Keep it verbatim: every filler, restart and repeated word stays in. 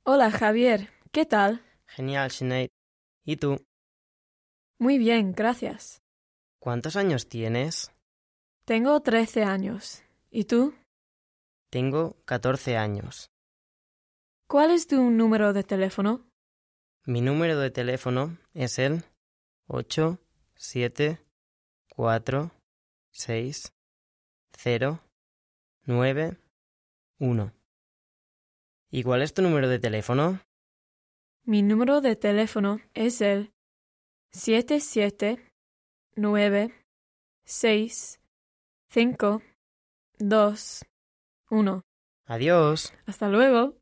Hola, Javier. ¿Qué tal? Genial, Sinead. ¿Y tú? Muy bien, gracias. ¿Cuántos años tienes? Tengo trece años. ¿Y tú? Tengo catorce años. ¿Cuál es tu número de teléfono? Mi número de teléfono es el ocho siete cuatro seis cero nueve uno. ¿Y cuál es tu número de teléfono? Mi número de teléfono es el siete siete nueve seis cinco dos uno. Adiós. Hasta luego.